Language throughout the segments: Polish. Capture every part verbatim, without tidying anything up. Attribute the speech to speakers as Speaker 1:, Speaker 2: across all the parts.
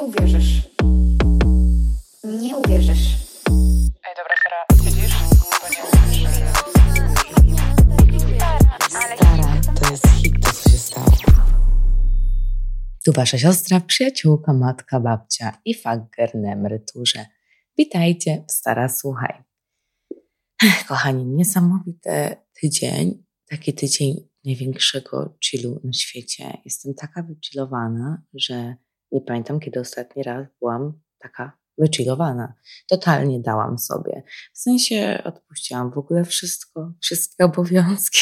Speaker 1: uwierzysz. Nie uwierzysz.
Speaker 2: Ej, dobra, Sara, siedzisz? Bo nie
Speaker 3: Stara, to jest hit, to co się stało. Tu wasza siostra, przyjaciółka, matka, babcia i fager na emeryturze. Witajcie w Stara Słuchaj. Kochani, niesamowity tydzień, taki tydzień największego chillu na świecie. Jestem taka wychillowana, że nie pamiętam, kiedy ostatni raz byłam taka wychillowana. Totalnie dałam sobie. W sensie odpuściłam w ogóle wszystko, wszystkie obowiązki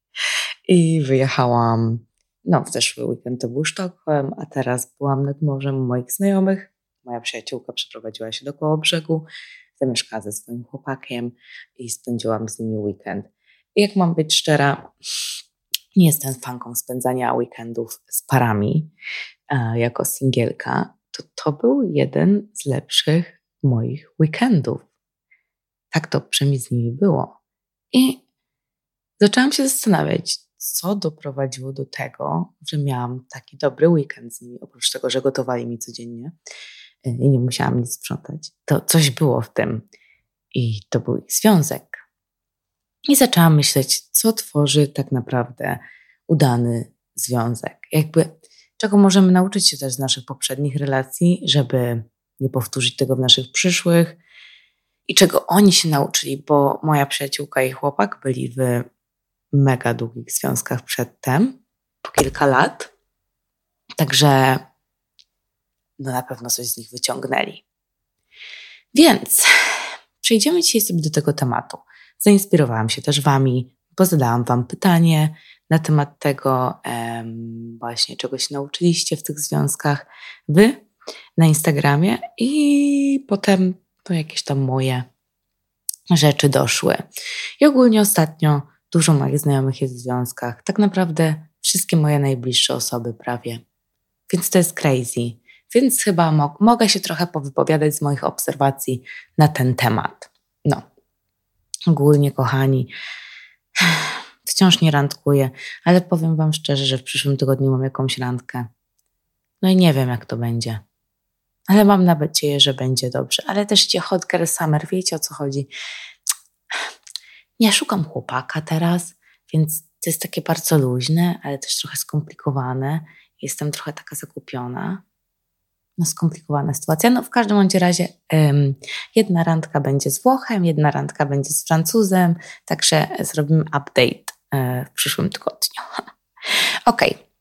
Speaker 3: i wyjechałam. No, w zeszły weekend to był Sztokholm, a teraz byłam nad morzem u moich znajomych. Moja przyjaciółka przeprowadziła się do Kołobrzegu, zamieszkała ze swoim chłopakiem i spędziłam z nimi weekend. I jak mam być szczera, nie jestem fanką spędzania weekendów z parami. E, jako singielka, to to był jeden z lepszych moich weekendów. Tak to przynajmniej z nimi było. I zaczęłam się zastanawiać, co doprowadziło do tego, że miałam taki dobry weekend z nimi, oprócz tego, że gotowali mi codziennie i nie musiałam nic sprzątać. To coś było w tym i to był ich związek. I zaczęłam myśleć, co tworzy tak naprawdę udany związek. Jakby, czego możemy nauczyć się też z naszych poprzednich relacji, żeby nie powtórzyć tego w naszych przyszłych i czego oni się nauczyli, bo moja przyjaciółka i chłopak byli w mega długich związkach przedtem, po kilka lat. Także no na pewno coś z nich wyciągnęli. Więc przejdziemy dzisiaj sobie do tego tematu. Zainspirowałam się też wami, bo zadałam wam pytanie na temat tego em, właśnie, czego się nauczyliście w tych związkach wy na Instagramie i potem no, jakieś tam moje rzeczy doszły. I ogólnie ostatnio dużo moich znajomych jest w związkach. Tak naprawdę wszystkie moje najbliższe osoby prawie. Więc to jest crazy. Więc chyba mo- mogę się trochę powypowiadać z moich obserwacji na ten temat. No. Ogólnie, kochani, wciąż nie randkuję, ale powiem wam szczerze, że w przyszłym tygodniu mam jakąś randkę. No i nie wiem, jak to będzie. Ale mam nadzieję, że będzie dobrze. Ale też idzie hot girl summer, wiecie o co chodzi. Ja szukam chłopaka teraz, więc to jest takie bardzo luźne, ale też trochę skomplikowane. Jestem trochę taka zakupiona. No skomplikowana sytuacja. No w każdym bądź razie um, jedna randka będzie z Włochem, jedna randka będzie z Francuzem, także zrobimy update uh, w przyszłym tygodniu. Okej. Okay.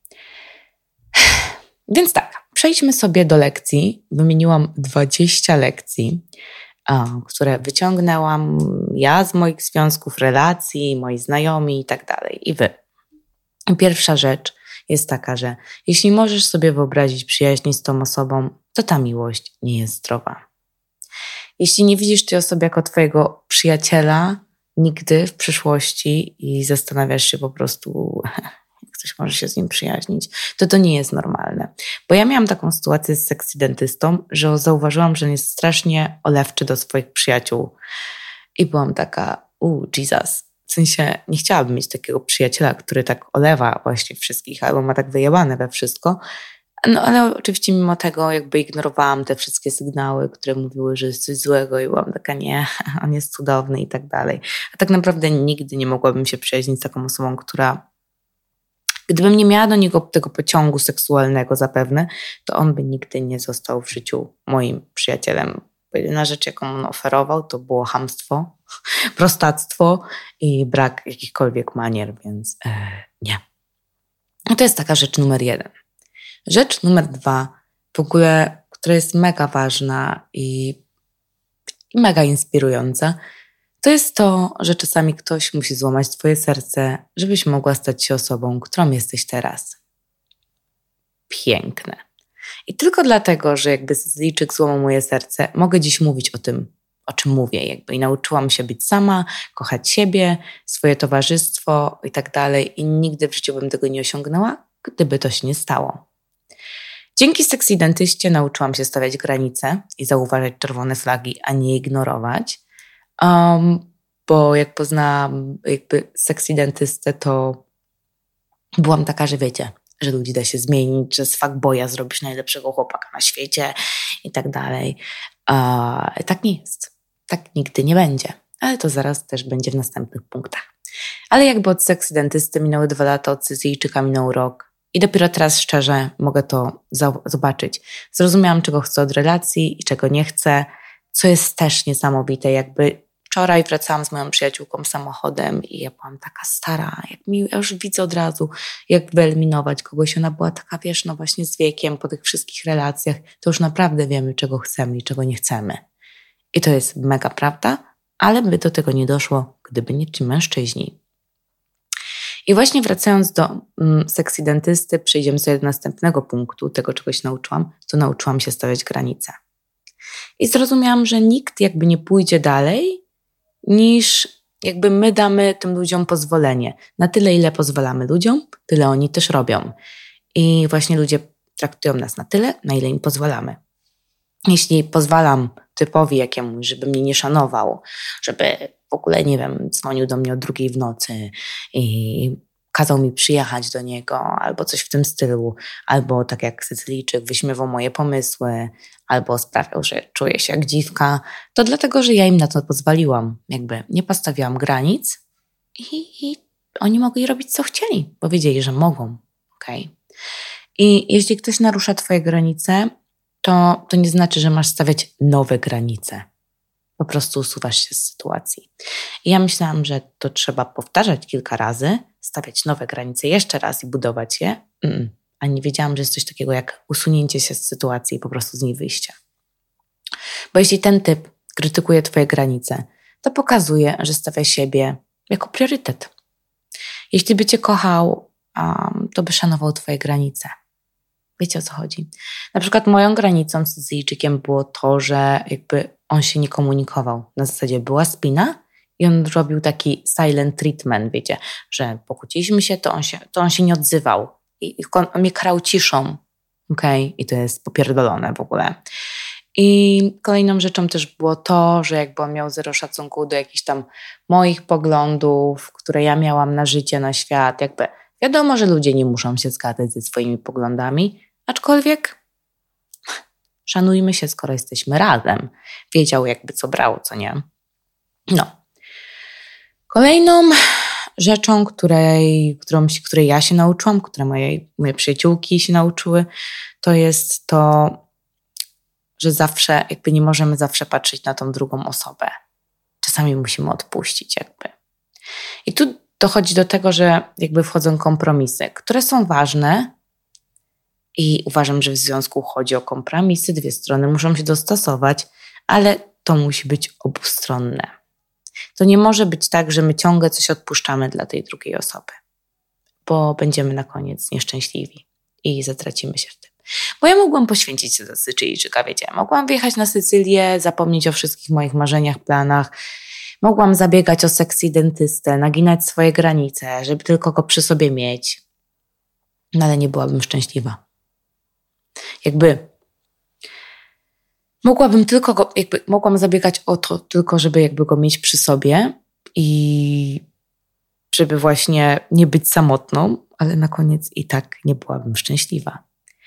Speaker 3: Więc tak, przejdźmy sobie do lekcji. Wymieniłam dwadzieścia lekcji, uh, które wyciągnęłam ja z moich związków, relacji, moi znajomi i tak dalej. I wy. Pierwsza rzecz jest taka, że jeśli możesz sobie wyobrazić przyjaźń z tą osobą, to ta miłość nie jest zdrowa. Jeśli nie widzisz tej osoby jako twojego przyjaciela nigdy w przyszłości i zastanawiasz się po prostu, jak ktoś może się z nim przyjaźnić, to to nie jest normalne. Bo ja miałam taką sytuację z sexy dentystą, że zauważyłam, że on jest strasznie olewczy do swoich przyjaciół. I byłam taka, u Jesus. W sensie nie chciałabym mieć takiego przyjaciela, który tak olewa właśnie wszystkich, albo ma tak wyjebane we wszystko. No ale oczywiście mimo tego jakby ignorowałam te wszystkie sygnały, które mówiły, że jest coś złego i byłam taka nie, on jest cudowny i tak dalej. A tak naprawdę nigdy nie mogłabym się przyjaźnić z taką osobą, która gdybym nie miała do niego tego pociągu seksualnego zapewne, to on by nigdy nie został w życiu moim przyjacielem. Jedyna rzecz, jaką on oferował, to było chamstwo, prostactwo i brak jakichkolwiek manier, więc e, nie. I to jest taka rzecz numer jeden. Rzecz numer dwa, w ogóle, która jest mega ważna i, i mega inspirująca, to jest to, że czasami ktoś musi złamać twoje serce, żebyś mogła stać się osobą, którą jesteś teraz. Piękne. I tylko dlatego, że jakby Zliczyk złamał moje serce, mogę dziś mówić o tym, o czym mówię. Jakby i nauczyłam się być sama, kochać siebie, swoje towarzystwo i tak dalej. I nigdy w życiu bym tego nie osiągnęła, gdyby to się nie stało. Dzięki sexy dentyście nauczyłam się stawiać granice i zauważać czerwone flagi, a nie ignorować. Um, bo jak poznałam jakby sexy dentystę, to byłam taka, że wiecie, że ludzi da się zmienić, że z fuckboya zrobisz najlepszego chłopaka na świecie i tak dalej. A tak nie jest. Tak nigdy nie będzie. Ale to zaraz też będzie w następnych punktach. Ale jakby od seks dentysty minęły dwa lata, od Syzyjczyka minął rok. I dopiero teraz szczerze mogę to za- zobaczyć. Zrozumiałam, czego chcę od relacji i czego nie chcę, co jest też niesamowite. Jakby wczoraj wracałam z moją przyjaciółką samochodem i ja byłam taka stara, jak mi, ja już widzę od razu, jak wyeliminować kogoś. Ona była taka, wiesz, no właśnie z wiekiem, po tych wszystkich relacjach, to już naprawdę wiemy, czego chcemy i czego nie chcemy. I to jest mega prawda, ale by do tego nie doszło, gdyby nie ci mężczyźni. I właśnie wracając do mm, seks dentysty, przejdziemy sobie do następnego punktu, tego czego się nauczyłam, to nauczyłam się stawiać granice. I zrozumiałam, że nikt jakby nie pójdzie dalej, niż jakby my damy tym ludziom pozwolenie. Na tyle, ile pozwalamy ludziom, tyle oni też robią. I właśnie ludzie traktują nas na tyle, na ile im pozwalamy. Jeśli pozwalam typowi jakiemuś, żeby mnie nie szanował, żeby w ogóle, nie wiem, dzwonił do mnie o drugiej w nocy i kazał mi przyjechać do niego, albo coś w tym stylu, albo tak jak Sycylijczyk wyśmiewał moje pomysły, albo sprawiał, że czuję się jak dziwka, to dlatego, że ja im na to pozwoliłam. Jakby nie postawiłam granic i, i oni mogli robić, co chcieli, bo wiedzieli, że mogą. Okay? I jeśli ktoś narusza twoje granice, to, to nie znaczy, że masz stawiać nowe granice. Po prostu usuwasz się z sytuacji. I ja myślałam, że to trzeba powtarzać kilka razy, stawiać nowe granice jeszcze raz i budować je. Mm. A nie wiedziałam, że jest coś takiego jak usunięcie się z sytuacji i po prostu z niej wyjście. Bo jeśli ten typ krytykuje twoje granice, to pokazuje, że stawia siebie jako priorytet. Jeśli by cię kochał, um, to by szanował twoje granice. Wiecie, o co chodzi? Na przykład moją granicą z Sycylijczykiem było to, że jakby on się nie komunikował. Na zasadzie była spina i on robił taki silent treatment, wiecie, że pokłóciliśmy się, to on się, to on się nie odzywał. I, i on, on mnie karał ciszą. Okej? Okay? I to jest popierdolone w ogóle. I kolejną rzeczą też było to, że jakby on miał zero szacunku do jakichś tam moich poglądów, które ja miałam na życie, na świat. Jakby wiadomo, że ludzie nie muszą się zgadzać ze swoimi poglądami, aczkolwiek szanujmy się, skoro jesteśmy razem. Wiedział jakby co brał, co nie. No. Kolejną rzeczą, której, którą, której ja się nauczyłam, które moje, moje przyjaciółki się nauczyły, to jest to, że zawsze, jakby nie możemy zawsze patrzeć na tą drugą osobę. Czasami musimy odpuścić jakby. I tu dochodzi do tego, że jakby wchodzą kompromisy, które są ważne i uważam, że w związku chodzi o kompromisy. Dwie strony muszą się dostosować, ale to musi być obustronne. To nie może być tak, że my ciągle coś odpuszczamy dla tej drugiej osoby, bo będziemy na koniec nieszczęśliwi i zatracimy się w tym. Bo ja mogłam poświęcić się za Sycylijczyka, wiecie, mogłam wjechać na Sycylię, zapomnieć o wszystkich moich marzeniach, planach, mogłam zabiegać o seks dentystę, naginać swoje granice, żeby tylko go przy sobie mieć, no ale nie byłabym szczęśliwa. Jakby mogłabym tylko go, jakby mogłam zabiegać o to tylko, żeby jakby go mieć przy sobie i żeby właśnie nie być samotną, ale na koniec i tak nie byłabym szczęśliwa.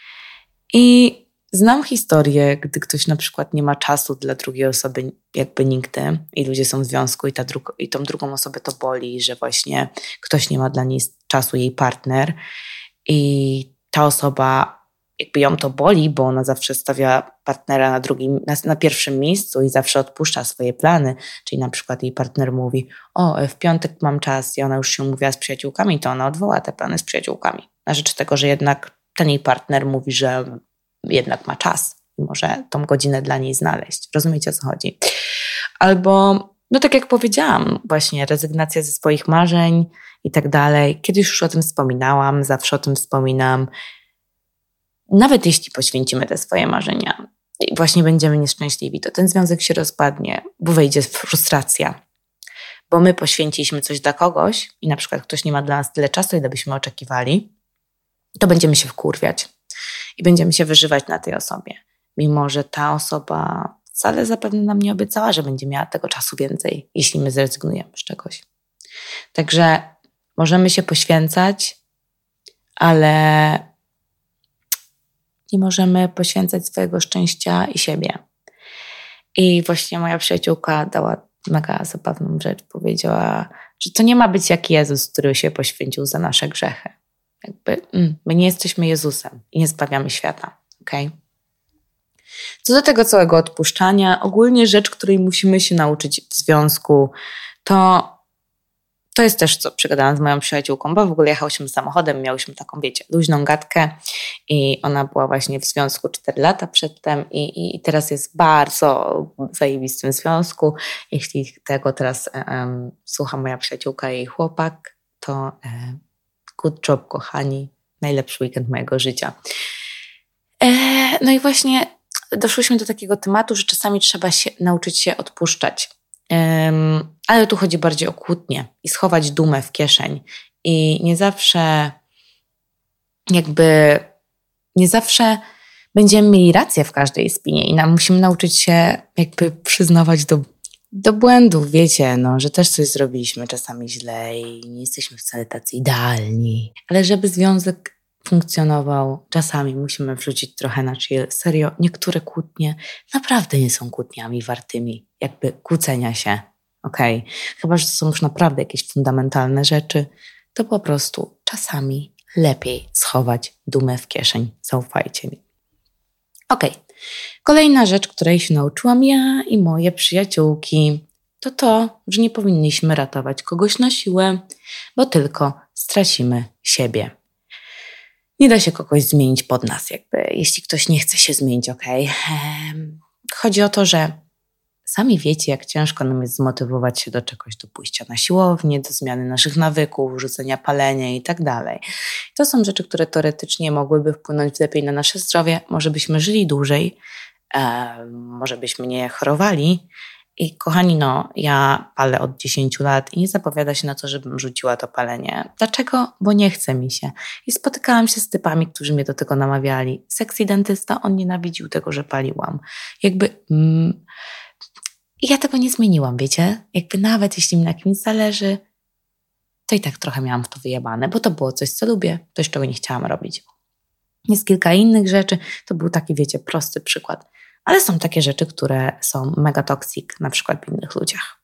Speaker 3: I znam historię, gdy ktoś na przykład nie ma czasu dla drugiej osoby jakby nigdy i ludzie są w związku i, ta dru- i tą drugą osobę to boli, że właśnie ktoś nie ma dla niej czasu, jej partner i ta osoba jakby ją to boli, bo ona zawsze stawia partnera na drugim, na, na pierwszym miejscu i zawsze odpuszcza swoje plany, czyli na przykład jej partner mówi, o w piątek mam czas i ona już się umówiła z przyjaciółkami, to ona odwoła te plany z przyjaciółkami na rzecz tego, że jednak ten jej partner mówi, że jednak ma czas i może tą godzinę dla niej znaleźć. Rozumiecie, o co chodzi? Albo, no tak jak powiedziałam, właśnie rezygnacja ze swoich marzeń i tak dalej. Kiedyś już o tym wspominałam, zawsze o tym wspominam. Nawet jeśli poświęcimy te swoje marzenia i właśnie będziemy nieszczęśliwi, to ten związek się rozpadnie, bo wejdzie frustracja. Bo my poświęciliśmy coś dla kogoś i na przykład ktoś nie ma dla nas tyle czasu, ile byśmy oczekiwali, to będziemy się wkurwiać i będziemy się wyżywać na tej osobie. Mimo że ta osoba wcale zapewne nam nie obiecała, że będzie miała tego czasu więcej, jeśli my zrezygnujemy z czegoś. Także możemy się poświęcać, ale nie możemy poświęcać swojego szczęścia i siebie. I właśnie moja przyjaciółka dała mega zabawną rzecz. Powiedziała, że to nie ma być jak Jezus, który się poświęcił za nasze grzechy. Jakby, mm, my nie jesteśmy Jezusem i nie zbawiamy świata. Okay? Co do tego całego odpuszczania, ogólnie rzecz, której musimy się nauczyć w związku, to to jest też, co przegadałam z moją przyjaciółką, bo w ogóle jechałyśmy samochodem, miałyśmy taką, wiecie, luźną gadkę i ona była właśnie w związku cztery lata przedtem i, i teraz jest w bardzo zajebistym związku. Jeśli tego teraz um, słucha moja przyjaciółka i jej chłopak, to um, good job, kochani, najlepszy weekend mojego życia. E, no i właśnie doszłyśmy do takiego tematu, że czasami trzeba się nauczyć się odpuszczać. Um, ale tu chodzi bardziej o kłótnię i schować dumę w kieszeń. I nie zawsze jakby, nie zawsze będziemy mieli rację w każdej spinie i nam musimy nauczyć się jakby przyznawać do, do błędów, wiecie, no, że też coś zrobiliśmy czasami źle i nie jesteśmy wcale tacy idealni. Ale żeby związek funkcjonował, czasami musimy wrzucić trochę na chill. Serio, niektóre kłótnie naprawdę nie są kłótniami wartymi jakby kłócenia się. Okej, okay. Chyba że to są już naprawdę jakieś fundamentalne rzeczy, to po prostu czasami lepiej schować dumę w kieszeń. Zaufajcie mi. Okej, okay. Kolejna rzecz, której się nauczyłam ja i moje przyjaciółki, to to, że nie powinniśmy ratować kogoś na siłę, bo tylko stracimy siebie. Nie da się kogoś zmienić pod nas, jakby, jeśli ktoś nie chce się zmienić, okej. Okay. Chodzi o to, że sami wiecie, jak ciężko nam jest zmotywować się do czegoś, do pójścia na siłownię, do zmiany naszych nawyków, rzucenia palenia i tak dalej. To są rzeczy, które teoretycznie mogłyby wpłynąć lepiej na nasze zdrowie. Może byśmy żyli dłużej, e, może byśmy nie chorowali. I kochani, no, ja palę od dziesięciu lat i nie zapowiada się na to, żebym rzuciła to palenie. Dlaczego? Bo nie chce mi się. I spotykałam się z typami, którzy mnie do tego namawiali. Sexy dentysta, on nienawidził tego, że paliłam. Jakby... Mm, I ja tego nie zmieniłam, wiecie? Jakby nawet jeśli mi na kimś zależy, to i tak trochę miałam w to wyjebane, bo to było coś, co lubię, coś, czego nie chciałam robić. Jest kilka innych rzeczy, to był taki, wiecie, prosty przykład. Ale są takie rzeczy, które są mega toxic, na przykład w innych ludziach.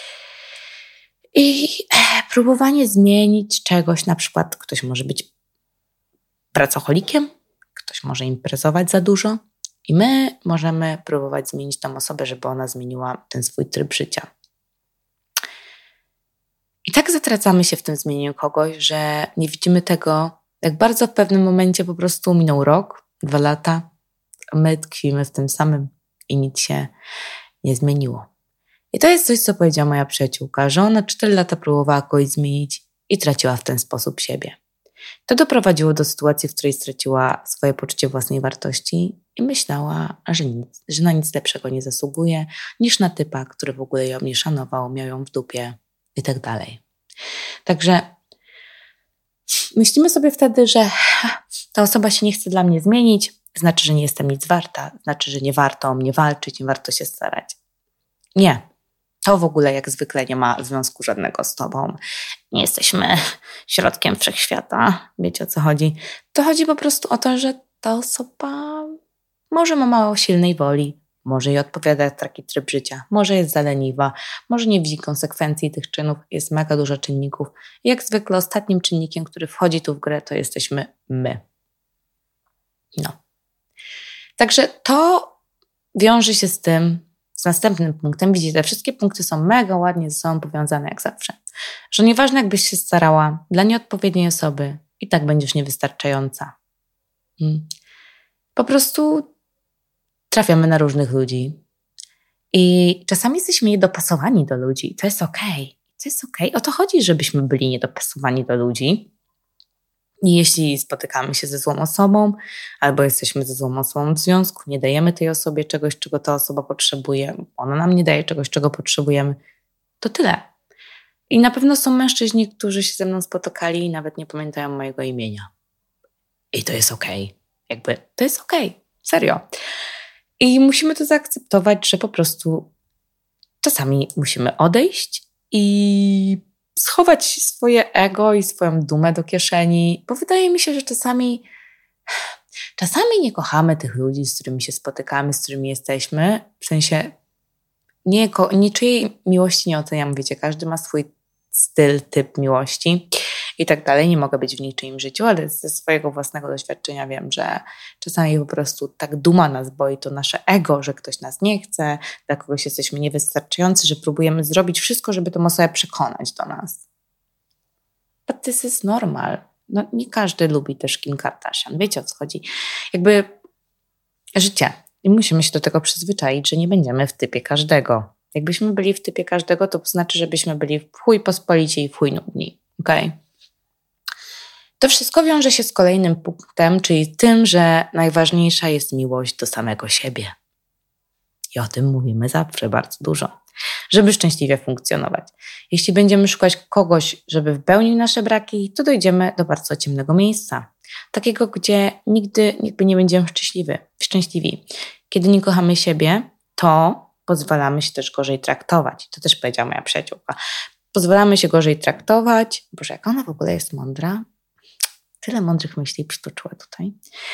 Speaker 3: I próbowanie zmienić czegoś, na przykład ktoś może być pracocholikiem, ktoś może imprezować za dużo, i my możemy próbować zmienić tą osobę, żeby ona zmieniła ten swój tryb życia. I tak zatracamy się w tym zmienieniu kogoś, że nie widzimy tego, jak bardzo w pewnym momencie po prostu minął rok, dwa lata, a my tkwimy w tym samym i nic się nie zmieniło. I to jest coś, co powiedziała moja przyjaciółka, że ona cztery lata próbowała kogoś zmienić i traciła w ten sposób siebie. To doprowadziło do sytuacji, w której straciła swoje poczucie własnej wartości i myślała, że, nic, że na nic lepszego nie zasługuje, niż na typa, który w ogóle ją nie szanował, miał ją w dupie i tak dalej. Także myślimy sobie wtedy, że ta osoba się nie chce dla mnie zmienić, znaczy, że nie jestem nic warta, znaczy, że nie warto o mnie walczyć, nie warto się starać. Nie. To w ogóle jak zwykle nie ma związku żadnego z tobą. Nie jesteśmy środkiem wszechświata. Wiecie, o co chodzi? To chodzi po prostu o to, że ta osoba może ma mało silnej woli, może jej odpowiada taki tryb życia, może jest zaleniwa, może nie widzi konsekwencji tych czynów. Jest mega dużo czynników. I jak zwykle ostatnim czynnikiem, który wchodzi tu w grę, to jesteśmy my. No. Także to wiąże się z tym, z następnym punktem. Widzicie, te wszystkie punkty są mega ładnie ze sobą powiązane jak zawsze. Że nieważne jakbyś się starała dla nieodpowiedniej osoby, i tak będziesz niewystarczająca. Hmm. Po prostu trafiamy na różnych ludzi. I czasami jesteśmy niedopasowani do ludzi. To jest okej. To jest okej. O to chodzi, żebyśmy byli niedopasowani do ludzi. I jeśli spotykamy się ze złą osobą, albo jesteśmy ze złą osobą w związku, nie dajemy tej osobie czegoś, czego ta osoba potrzebuje, ona nam nie daje czegoś, czego potrzebujemy, to tyle. I na pewno są mężczyźni, którzy się ze mną spotykali i nawet nie pamiętają mojego imienia. I to jest okej. Okay. Jakby to jest okej. Okay. Serio. I musimy to zaakceptować, że po prostu czasami musimy odejść i schować swoje ego i swoją dumę do kieszeni, bo wydaje mi się, że czasami czasami nie kochamy tych ludzi, z którymi się spotykamy, z którymi jesteśmy. W sensie nie, niczyjej miłości nie oceniam, wiecie, każdy ma swój styl, typ miłości i tak dalej. Nie mogę być w niczyim życiu, ale ze swojego własnego doświadczenia wiem, że czasami po prostu tak duma nas boi, to nasze ego, że ktoś nas nie chce, dla kogoś jesteśmy niewystarczający, że próbujemy zrobić wszystko, żeby tę osobę przekonać do nas. But this is normal. No, nie każdy lubi też Kim Kardashian. Wiecie, o co chodzi? Jakby życie. I musimy się do tego przyzwyczaić, że nie będziemy w typie każdego. Jakbyśmy byli w typie każdego, to znaczy, żebyśmy byli w chuj pospolici i w chuj nudni. Okay? To wszystko wiąże się z kolejnym punktem, czyli tym, że najważniejsza jest miłość do samego siebie. I o tym mówimy zawsze bardzo dużo, żeby szczęśliwie funkcjonować. Jeśli będziemy szukać kogoś, żeby wypełnił nasze braki, to dojdziemy do bardzo ciemnego miejsca. Takiego, gdzie nigdy jakby nie będziemy szczęśliwi. szczęśliwi. Kiedy nie kochamy siebie, to pozwalamy się też gorzej traktować. To też powiedziała moja przyjaciółka. Pozwalamy się gorzej traktować. Boże, jak ona w ogóle jest mądra. Tyle mądrych myśli przytoczyła tutaj.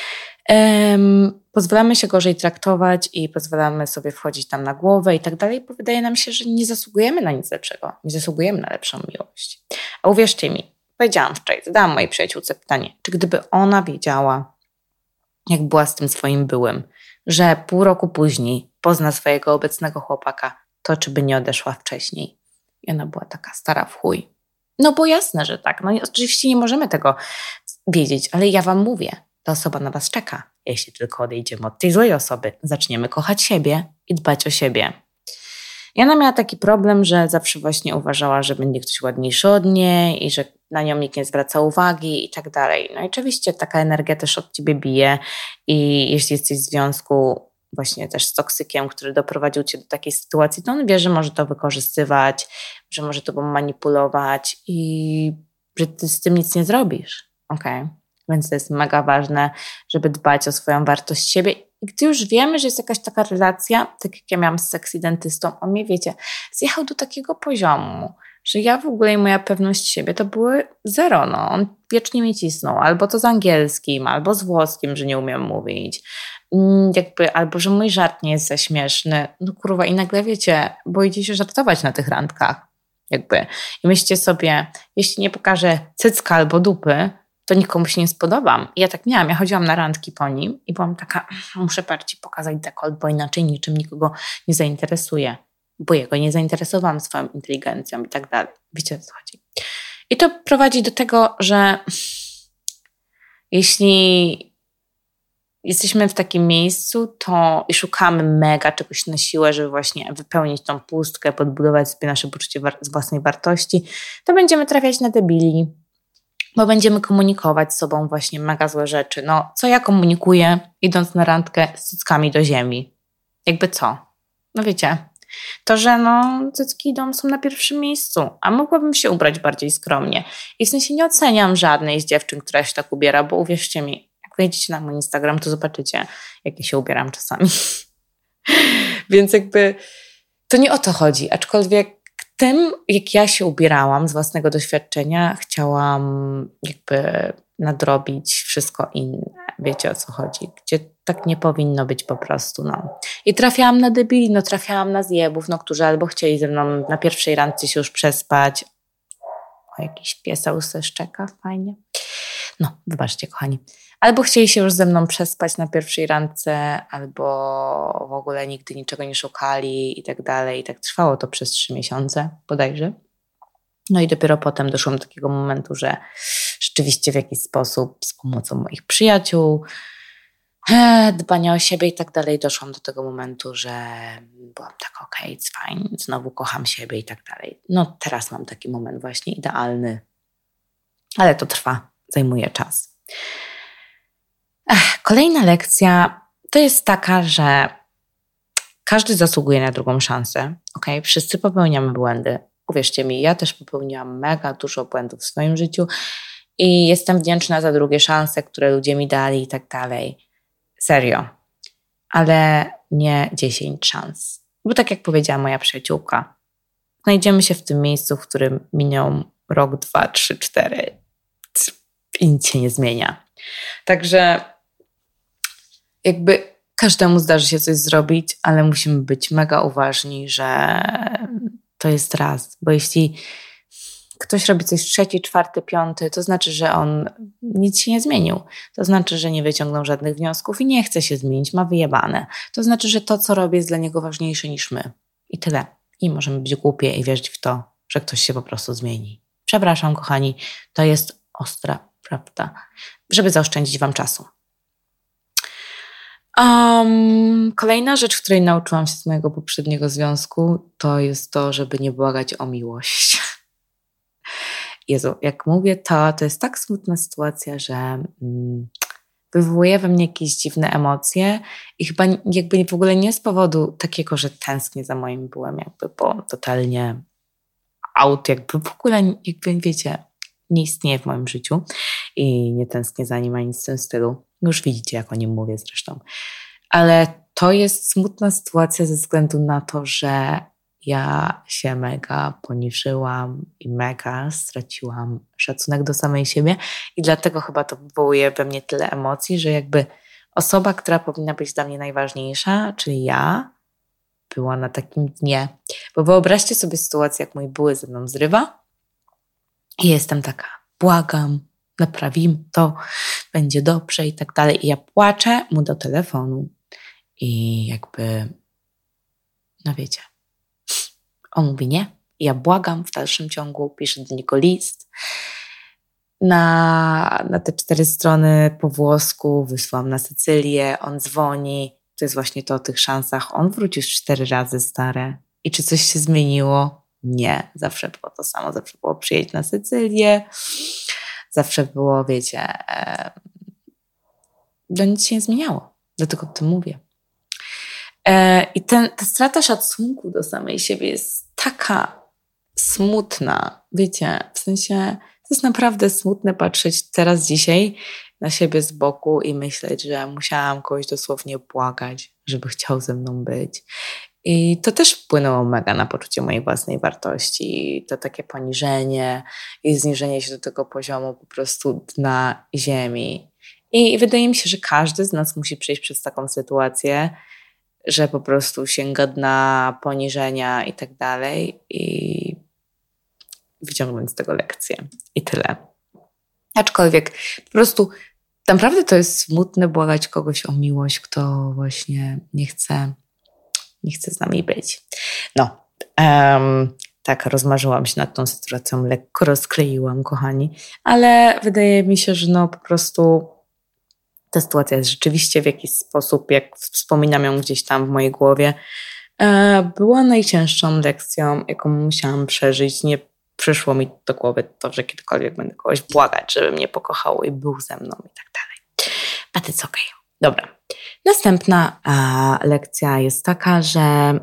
Speaker 3: Um, pozwalamy się gorzej traktować i pozwalamy sobie wchodzić tam na głowę i tak dalej, bo wydaje nam się, że nie zasługujemy na nic lepszego. Nie zasługujemy na lepszą miłość. A uwierzcie mi, powiedziałam wczoraj, zadałam mojej przyjaciółce pytanie, czy gdyby ona wiedziała, jak była z tym swoim byłym, że pół roku później pozna swojego obecnego chłopaka, to czy by nie odeszła wcześniej. I ona była taka stara w chuj. No bo jasne, że tak. No oczywiście nie możemy tego wiedzieć, ale ja wam mówię, ta osoba na was czeka. Jeśli tylko odejdziemy od tej złej osoby, zaczniemy kochać siebie i dbać o siebie. I ona miała taki problem, że zawsze właśnie uważała, że będzie ktoś ładniejszy od niej i że na nią nikt nie zwraca uwagi i tak dalej. No i oczywiście taka energia też od ciebie bije i jeśli jesteś w związku właśnie też z toksykiem, który doprowadził cię do takiej sytuacji, to on wie, że może to wykorzystywać, że może tobą manipulować i że ty z tym nic nie zrobisz. Okej? Okay? Więc to jest mega ważne, żeby dbać o swoją wartość siebie. I gdy już wiemy, że jest jakaś taka relacja, tak jak ja miałam z seks-identystą, on mnie, wiecie, zjechał do takiego poziomu, że ja w ogóle i moja pewność siebie to były zero. No. On wiecznie mi cisnął, albo to z angielskim, albo z włoskim, że nie umiem mówić. Jakby, albo że mój żart nie jest za śmieszny. No kurwa, i nagle wiecie, boicie się żartować na tych randkach. Jakby. I myślicie sobie, jeśli nie pokażę cycka albo dupy, to nikomu się nie spodobam. I ja tak miałam, ja chodziłam na randki po nim i byłam taka, muszę bardziej pokazać dekolt, bo inaczej niczym nikogo nie zainteresuje, bo jego nie zainteresowałam swoją inteligencją i tak dalej. Wiecie, o co chodzi. I to prowadzi do tego, że jeśli jesteśmy w takim miejscu, to i szukamy mega czegoś na siłę, żeby właśnie wypełnić tą pustkę, podbudować sobie nasze poczucie war- własnej wartości, to będziemy trafiać na debili, bo będziemy komunikować z sobą właśnie mega złe rzeczy. No, co ja komunikuję, idąc na randkę z cyckami do ziemi? Jakby co? No wiecie, to, że no cycki idą, są na pierwszym miejscu, a mogłabym się ubrać bardziej skromnie. I w sensie nie oceniam żadnej z dziewczyn, która się tak ubiera, bo uwierzcie mi, jak wejdziecie na mój Instagram, to zobaczycie, jak ja się ubieram czasami. Więc jakby to nie o to chodzi, aczkolwiek tym, jak ja się ubierałam z własnego doświadczenia, chciałam jakby nadrobić wszystko inne. Wiecie, o co chodzi? Gdzie tak nie powinno być po prostu, no. I trafiałam na debili, no trafiałam na zjebów, no, którzy albo chcieli ze mną na pierwszej randce się już przespać. O, jakiś pieseł se szczeka, fajnie. No, wybaczcie, kochani. Albo chcieli się już ze mną przespać na pierwszej randce, albo w ogóle nigdy niczego nie szukali i tak dalej. I tak trwało to przez trzy miesiące bodajże. No i dopiero potem doszłam do takiego momentu, że rzeczywiście w jakiś sposób z pomocą moich przyjaciół, dbania o siebie i tak dalej, doszłam do tego momentu, że byłam tak okej, okay, it's fine, znowu kocham siebie i tak dalej. No teraz mam taki moment właśnie idealny, ale to trwa, zajmuje czas. Ech, kolejna lekcja to jest taka, że każdy zasługuje na drugą szansę. Okay? Wszyscy popełniamy błędy. Uwierzcie mi, ja też popełniłam mega dużo błędów w swoim życiu i jestem wdzięczna za drugie szanse, które ludzie mi dali i tak dalej. Serio. Ale nie dziesięć szans. Bo tak jak powiedziała moja przyjaciółka, znajdziemy się w tym miejscu, w którym miną rok, dwa, trzy, cztery i nic się nie zmienia. Także jakby każdemu zdarzy się coś zrobić, ale musimy być mega uważni, że to jest raz, bo jeśli ktoś robi coś trzeci, czwarty, piąty, to znaczy, że on nic się nie zmienił. To znaczy, że nie wyciągnął żadnych wniosków i nie chce się zmienić, ma wyjebane. To znaczy, że to, co robi, jest dla niego ważniejsze niż my. I tyle. I możemy być głupie i wierzyć w to, że ktoś się po prostu zmieni. Przepraszam, kochani, to jest ostra prawda, żeby zaoszczędzić wam czasu. Um, kolejna rzecz, której nauczyłam się z mojego poprzedniego związku, to jest to, żeby nie błagać o miłość. Jezu, jak mówię to, to jest tak smutna sytuacja, że mm, wywołuje we mnie jakieś dziwne emocje i chyba jakby w ogóle nie z powodu takiego, że tęsknię za moim byłem jakby, bo totalnie out, jakby w ogóle jakby wiecie, nie istnieje w moim życiu i nie tęsknię za nim ani nic w tym stylu. Już widzicie, jak o nim mówię zresztą. Ale to jest smutna sytuacja ze względu na to, że ja się mega poniżyłam i mega straciłam szacunek do samej siebie i dlatego chyba to wywołuje we mnie tyle emocji, że jakby osoba, która powinna być dla mnie najważniejsza, czyli ja, była na takim dnie. Bo wyobraźcie sobie sytuację, jak mój były ze mną zrywa i jestem taka, błagam, naprawimy to, będzie dobrze i tak dalej. I ja płaczę mu do telefonu i jakby, no wiecie, on mówi nie. I ja błagam w dalszym ciągu, piszę do niego list. Na, na te cztery strony po włosku wysłałam na Sycylię, on dzwoni. To jest właśnie to o tych szansach. On wrócił już cztery razy, stare. I czy coś się zmieniło? Nie. Zawsze było to samo. Zawsze było przyjeść na Sycylię. Zawsze było, wiecie, e, do nic się nie zmieniało. Dlatego o tym mówię. E, I ten, ta strata szacunku do samej siebie jest taka smutna. Wiecie, w sensie to jest naprawdę smutne patrzeć teraz dzisiaj na siebie z boku i myśleć, że musiałam kogoś dosłownie błagać, żeby chciał ze mną być. I to też wpłynęło mega na poczucie mojej własnej wartości. To takie poniżenie i zniżenie się do tego poziomu po prostu dna ziemi. I wydaje mi się, że każdy z nas musi przejść przez taką sytuację, że po prostu sięga dna poniżenia i tak dalej i wyciągnąć z tego lekcję. I tyle. Aczkolwiek po prostu naprawdę to jest smutne błagać kogoś o miłość, kto właśnie nie chce nie chce z nami być. No, um, tak, rozmarzyłam się nad tą sytuacją, lekko rozkleiłam, kochani, ale wydaje mi się, że no po prostu ta sytuacja jest rzeczywiście w jakiś sposób, jak wspominam ją gdzieś tam w mojej głowie, e, była najcięższą lekcją, jaką musiałam przeżyć. Nie przyszło mi do głowy to, że kiedykolwiek będę kogoś błagać, żeby mnie pokochało i był ze mną i tak dalej. But it's okay. Dobra. Następna a, lekcja jest taka, że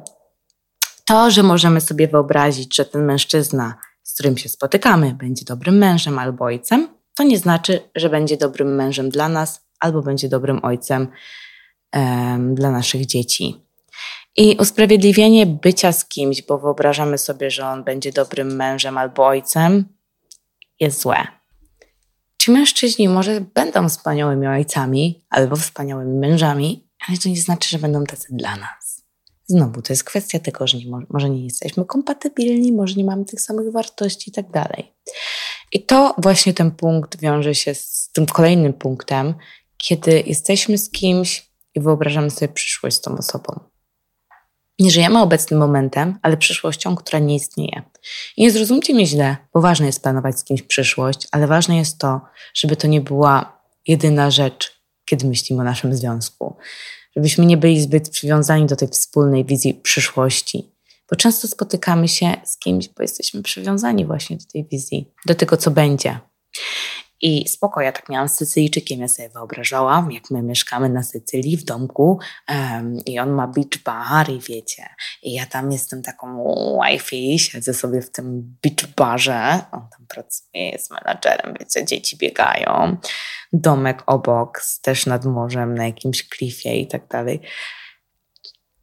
Speaker 3: to, że możemy sobie wyobrazić, że ten mężczyzna, z którym się spotykamy, będzie dobrym mężem albo ojcem, to nie znaczy, że będzie dobrym mężem dla nas albo będzie dobrym ojcem em, dla naszych dzieci. I usprawiedliwienie bycia z kimś, bo wyobrażamy sobie, że on będzie dobrym mężem albo ojcem, jest złe. Ci mężczyźni może będą wspaniałymi ojcami albo wspaniałymi mężami, ale to nie znaczy, że będą tacy dla nas. Znowu, to jest kwestia tego, że nie, może nie jesteśmy kompatybilni, może nie mamy tych samych wartości i tak dalej. I to właśnie ten punkt wiąże się z tym kolejnym punktem, kiedy jesteśmy z kimś i wyobrażamy sobie przyszłość z tą osobą. Nie żyjemy obecnym momentem, ale przyszłością, która nie istnieje. I nie zrozumcie mnie źle, bo ważne jest planować z kimś przyszłość, ale ważne jest to, żeby to nie była jedyna rzecz, kiedy myślimy o naszym związku. Żebyśmy nie byli zbyt przywiązani do tej wspólnej wizji przyszłości. Bo często spotykamy się z kimś, bo jesteśmy przywiązani właśnie do tej wizji, do tego, co będzie. I spoko, ja tak miałam z Sycylijczykiem, ja sobie wyobrażałam, jak my mieszkamy na Sycylii w domku um, i on ma beach bar i wiecie, i ja tam jestem taką wifi, siedzę sobie w tym beach barze, on tam pracuje, jest menadżerem, wiecie, dzieci biegają, domek obok, też nad morzem, na jakimś klifie i tak dalej.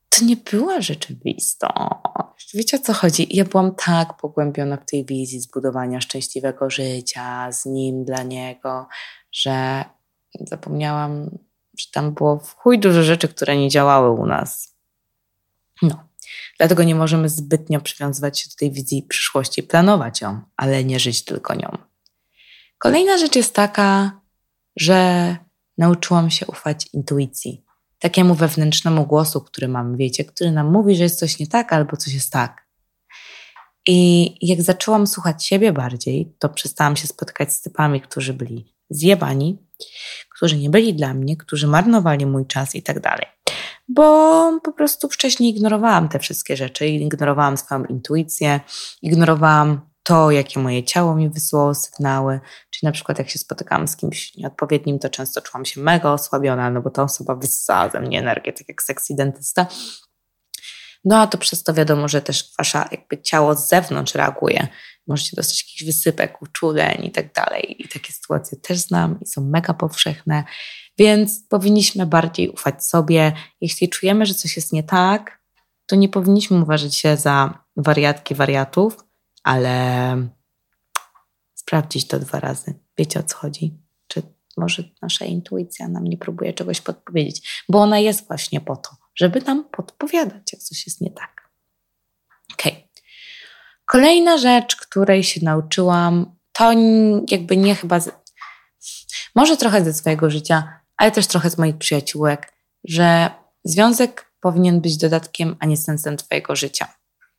Speaker 3: to nie była rzeczywistość. Wiecie, o co chodzi? Ja byłam tak pogłębiona w tej wizji zbudowania szczęśliwego życia, z nim, dla niego, że zapomniałam, że tam było w chuj dużo rzeczy, które nie działały u nas. No, dlatego nie możemy zbytnio przywiązywać się do tej wizji przyszłości, planować ją, ale nie żyć tylko nią. Kolejna rzecz jest taka, że nauczyłam się ufać intuicji. Takiemu wewnętrznemu głosu, który mamy, wiecie, który nam mówi, że jest coś nie tak albo coś jest tak. I jak zaczęłam słuchać siebie bardziej, to przestałam się spotykać z typami, którzy byli zjebani, którzy nie byli dla mnie, którzy marnowali mój czas i tak dalej. Bo po prostu wcześniej ignorowałam te wszystkie rzeczy, ignorowałam swoją intuicję, ignorowałam to, jakie moje ciało mi wysyłało sygnały, czyli na przykład jak się spotykałam z kimś nieodpowiednim, to często czułam się mega osłabiona, no bo ta osoba wyssała ze mnie energię, tak jak sexy dentysta. No a to przez to wiadomo, że też wasza jakby ciało z zewnątrz reaguje. Możecie dostać jakiś wysypek, uczuleń i tak dalej. I takie sytuacje też znam i są mega powszechne, więc powinniśmy bardziej ufać sobie. Jeśli czujemy, że coś jest nie tak, to nie powinniśmy uważać się za wariatki, wariatów, ale sprawdzić to dwa razy. Wiecie, o co chodzi? Czy może nasza intuicja nam nie próbuje czegoś podpowiedzieć? Bo ona jest właśnie po to, żeby nam podpowiadać, jak coś jest nie tak. Okej. Okay. Kolejna rzecz, której się nauczyłam, to jakby nie chyba, z, może trochę ze swojego życia, ale też trochę z moich przyjaciółek, że związek powinien być dodatkiem, a nie sensem twojego życia.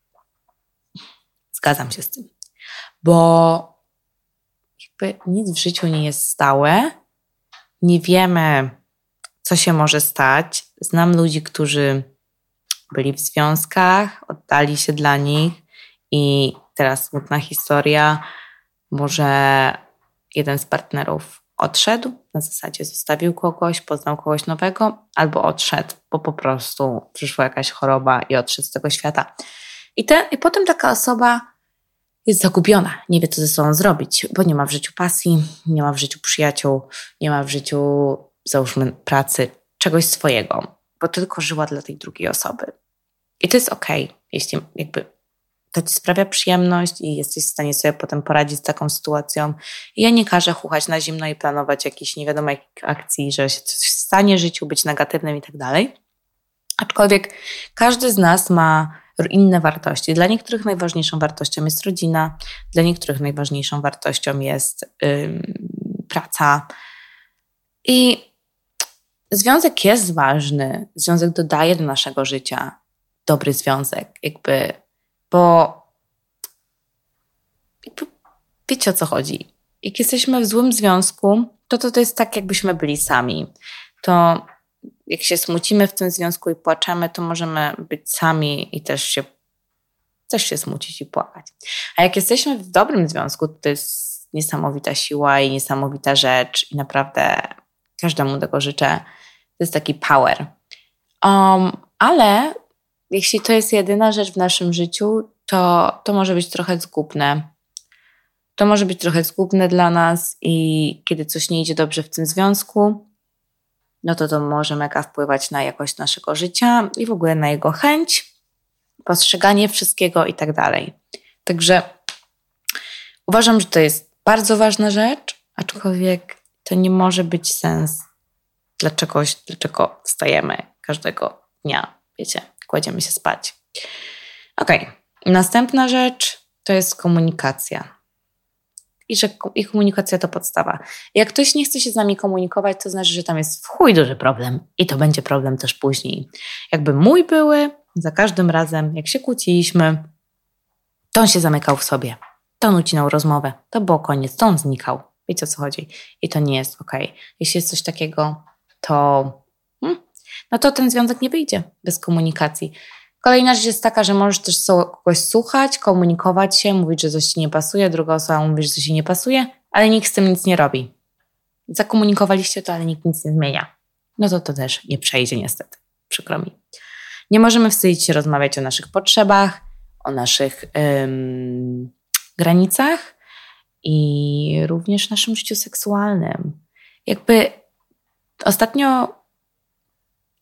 Speaker 3: Zgadzam się z tym, bo jakby nic w życiu nie jest stałe, nie wiemy, co się może stać. Znam ludzi, którzy byli w związkach, oddali się dla nich i teraz smutna historia, może jeden z partnerów odszedł, na zasadzie zostawił kogoś, poznał kogoś nowego, albo odszedł, bo po prostu przyszła jakaś choroba i odszedł z tego świata. I, te, I potem taka osoba jest zagubiona, nie wie, co ze sobą zrobić, bo nie ma w życiu pasji, nie ma w życiu przyjaciół, nie ma w życiu, załóżmy, pracy, czegoś swojego, bo tylko żyła dla tej drugiej osoby. I to jest okej, okay, jeśli jakby to ci sprawia przyjemność i jesteś w stanie sobie potem poradzić z taką sytuacją. I ja nie każę chuchać na zimno i planować jakichś nie wiadomo jakich akcji, że się coś stanie w życiu, być negatywnym i tak dalej. Aczkolwiek każdy z nas ma inne wartości. Dla niektórych najważniejszą wartością jest rodzina, dla niektórych najważniejszą wartością jest ym, praca. I związek jest ważny. Związek dodaje do naszego życia. Dobry związek, jakby, bo jakby, wiecie, o co chodzi. Jak jesteśmy w złym związku, to, to to jest tak, jakbyśmy byli sami. To jak się smucimy w tym związku i płaczemy, to możemy być sami i też się, też się smucić i płakać. A jak jesteśmy w dobrym związku, to jest niesamowita siła i niesamowita rzecz i naprawdę każdemu tego życzę. To jest taki power. Um, ale jeśli to jest jedyna rzecz w naszym życiu, to, to może być trochę zgubne. To może być trochę zgubne dla nas i kiedy coś nie idzie dobrze w tym związku, no to to może mega wpływać na jakość naszego życia i w ogóle na jego chęć, postrzeganie wszystkiego i tak dalej. Także uważam, że to jest bardzo ważna rzecz, aczkolwiek to nie może być sens dla czegoś, dlaczego wstajemy każdego dnia, wiecie, kładziemy się spać. Okej, okay. Następna rzecz to jest komunikacja. I że i komunikacja to podstawa. Jak ktoś nie chce się z nami komunikować, to znaczy, że tam jest w chuj duży problem i to będzie problem też później. Jakby mój były, za każdym razem, jak się kłóciliśmy, to on się zamykał w sobie. To on ucinał rozmowę. To było koniec. To on znikał. Wiecie, o co chodzi. I to nie jest okej. Okay. Jeśli jest coś takiego, to hmm, no to ten związek nie wyjdzie bez komunikacji. Kolejna rzecz jest taka, że możesz też kogoś słuchać, komunikować się, mówić, że coś ci nie pasuje, druga osoba mówi, że coś ci nie pasuje, ale nikt z tym nic nie robi. Zakomunikowaliście to, ale nikt nic nie zmienia. No to to też nie przejdzie niestety. Przykro mi. Nie możemy wstydzić się rozmawiać o naszych potrzebach, o naszych ym, granicach i również naszym życiu seksualnym. Jakby ostatnio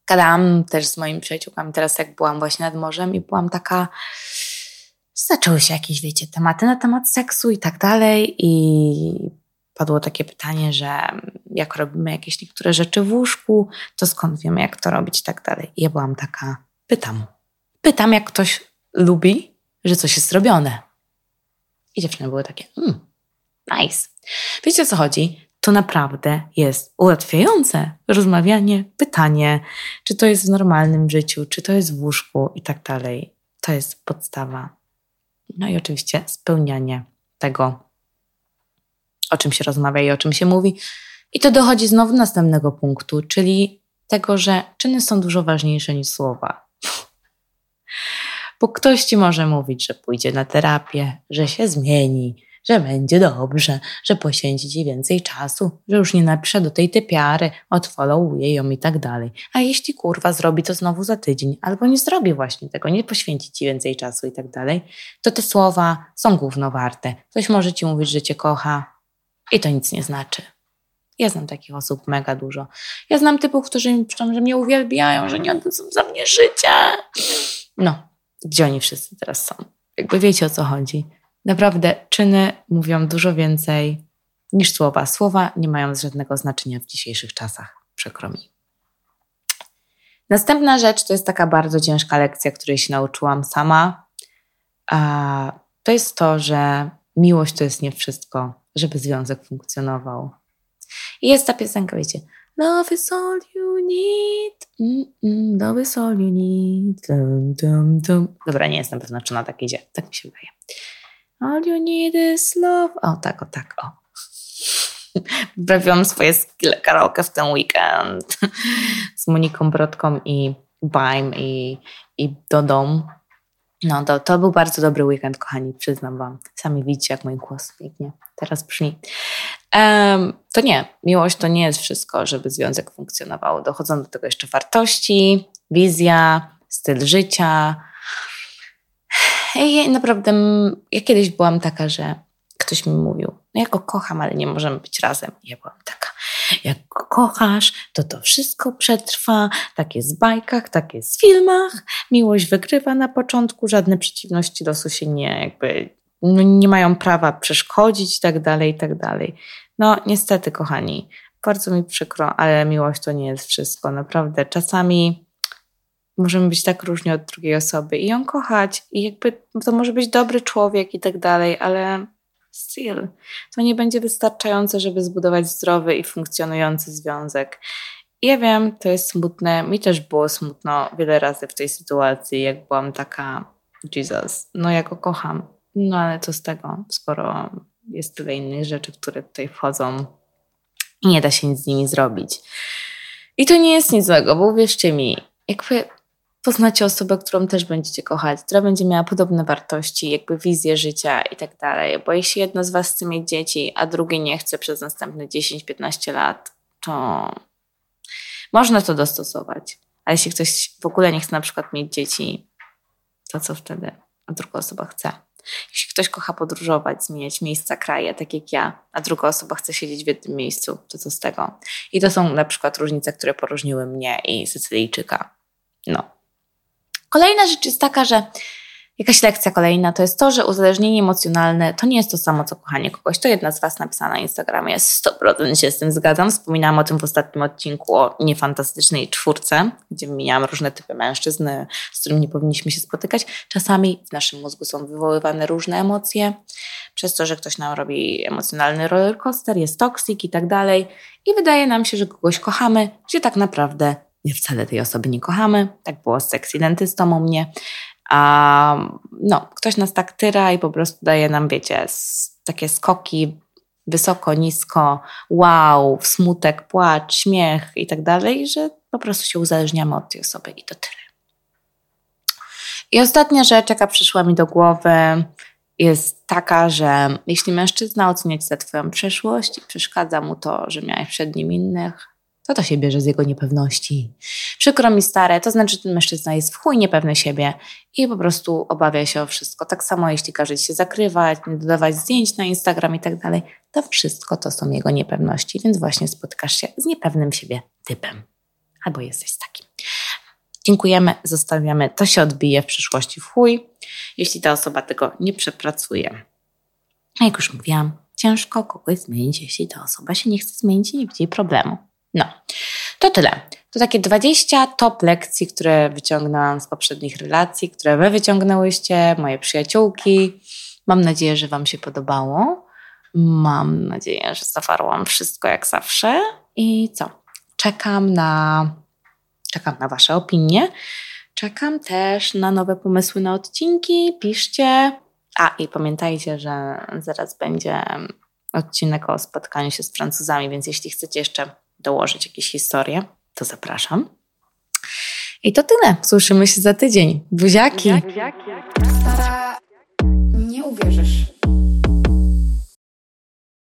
Speaker 3: gadałam też z moimi przyjaciółkami teraz, jak byłam właśnie nad morzem i byłam taka, zaczęły się jakieś, wiecie, tematy na temat seksu i tak dalej i padło takie pytanie, że jak robimy jakieś niektóre rzeczy w łóżku, to skąd wiemy, jak to robić i tak dalej. I ja byłam taka, pytam. Pytam, jak ktoś lubi, że coś jest robione. I dziewczyny były takie, mm, nice. Wiecie, o co chodzi? To naprawdę jest ułatwiające rozmawianie, pytanie, czy to jest w normalnym życiu, czy to jest w łóżku i tak dalej. To jest podstawa. No i oczywiście spełnianie tego, o czym się rozmawia i o czym się mówi. I to dochodzi znowu do następnego punktu, czyli tego, że czyny są dużo ważniejsze niż słowa. Bo ktoś ci może mówić, że pójdzie na terapię, że się zmieni, że będzie dobrze, że poświęci ci więcej czasu, że już nie napisze do tej typiary, odfollowuje ją i tak dalej. A jeśli kurwa zrobi to znowu za tydzień, albo nie zrobi właśnie tego, nie poświęci ci więcej czasu i tak dalej, to te słowa są gówno warte. Ktoś może ci mówić, że cię kocha i to nic nie znaczy. Ja znam takich osób mega dużo. Ja znam typów, którzy mi piszą, że mnie uwielbiają, że nie oddadzą za mnie życia. No, gdzie oni wszyscy teraz są? Jakby wiecie, o co chodzi. Naprawdę czyny mówią dużo więcej niż słowa. Słowa nie mają żadnego znaczenia w dzisiejszych czasach. Przykro mi. Następna rzecz to jest taka bardzo ciężka lekcja, której się nauczyłam sama. A to jest to, że miłość to jest nie wszystko, żeby związek funkcjonował. I jest ta piosenka, wiecie, love is all you need, Mm-mm, love is all you need. Dum, dum, dum. Dobra, nie jestem pewna, czy ona tak idzie. Tak mi się wydaje. All you need is love. O tak, o tak, o. Wyprawiłam swoje skille karaoke w ten weekend z Moniką Brodką i Baim i, i Dodą. No to, to był bardzo dobry weekend, kochani, przyznam wam. Sami widzicie, jak mój głos pięknie teraz brzmi. Um, to nie, miłość to nie jest wszystko, żeby związek funkcjonował. Dochodzą do tego jeszcze wartości, wizja, styl życia. I naprawdę, ja kiedyś byłam taka, że ktoś mi mówił, no ja go kocham, ale nie możemy być razem. I ja byłam taka, jak go kochasz, to to wszystko przetrwa. Tak jest w bajkach, tak jest w filmach. Miłość wygrywa na początku, żadne przeciwności losu się nie jakby no, nie mają prawa przeszkodzić i tak dalej, i tak dalej. No niestety, kochani, bardzo mi przykro, ale miłość to nie jest wszystko. Naprawdę, czasami możemy być tak różni od drugiej osoby i ją kochać i jakby to może być dobry człowiek i tak dalej, ale still, to nie będzie wystarczające, żeby zbudować zdrowy i funkcjonujący związek. I ja wiem, to jest smutne, mi też było smutno wiele razy w tej sytuacji, jak byłam taka, Jesus, no ja go kocham, no ale co z tego, skoro jest tyle innych rzeczy, które tutaj wchodzą i nie da się nic z nimi zrobić. I to nie jest nic złego, bo uwierzcie mi, jakby poznacie osobę, którą też będziecie kochać, która będzie miała podobne wartości, jakby wizję życia i tak dalej. Bo jeśli jedno z was chce mieć dzieci, a drugie nie chce przez następne dziesięć piętnaście lat, to można to dostosować. A jeśli ktoś w ogóle nie chce na przykład mieć dzieci, to co wtedy? A druga osoba chce. Jeśli ktoś kocha podróżować, zmieniać miejsca, kraje, tak jak ja, a druga osoba chce siedzieć w jednym miejscu, to co z tego? I to są na przykład różnice, które poróżniły mnie i Sycylijczyka. No. Kolejna rzecz jest taka, że jakaś lekcja kolejna to jest to, że uzależnienie emocjonalne to nie jest to samo, co kochanie kogoś. To jedna z was napisała na Instagramie. sto procent się z tym zgadzam. Wspominałam o tym w ostatnim odcinku o niefantastycznej czwórce, gdzie wymieniałam różne typy mężczyzn, z którymi nie powinniśmy się spotykać. Czasami w naszym mózgu są wywoływane różne emocje, przez to, że ktoś nam robi emocjonalny rollercoaster, jest toksik i tak dalej. I wydaje nam się, że kogoś kochamy, gdzie tak naprawdę nie wcale tej osoby nie kochamy. Tak było z sexy dentystą u mnie. A no, ktoś nas tak tyra i po prostu daje nam, wiecie, takie skoki wysoko, nisko, wow, smutek, płacz, śmiech i tak dalej, że po prostu się uzależniamy od tej osoby i to tyle. I ostatnia rzecz, jaka przyszła mi do głowy, jest taka, że jeśli mężczyzna ocenia cię za twoją przeszłość i przeszkadza mu to, że miałeś przed nim innych, to to się bierze z jego niepewności. Przykro mi stare, to znaczy, że ten mężczyzna jest w chuj niepewny siebie i po prostu obawia się o wszystko. Tak samo jeśli każe ci się zakrywać, nie dodawać zdjęć na Instagram i tak dalej, to wszystko to są jego niepewności, więc właśnie spotykasz się z niepewnym siebie typem. Albo jesteś z takim. Dziękujemy, zostawiamy, to się odbije w przyszłości w chuj, jeśli ta osoba tego nie przepracuje. A jak już mówiłam, ciężko kogoś zmienić, jeśli ta osoba się nie chce zmienić i nie widzi problemu. No, to tyle. To takie dwadzieścia top lekcji, które wyciągnęłam z poprzednich relacji, które wy wyciągnęłyście, moje przyjaciółki. Mam nadzieję, że wam się podobało. Mam nadzieję, że zawarłam wszystko jak zawsze. I co? Czekam na, czekam na wasze opinie. Czekam też na nowe pomysły na odcinki. Piszcie. A i pamiętajcie, że zaraz będzie odcinek o spotkaniu się z Francuzami, więc jeśli chcecie jeszcze dołożyć jakieś historie, to zapraszam. I to tyle. Słyszymy się za tydzień. Buziaki.
Speaker 1: Sara, nie uwierzysz.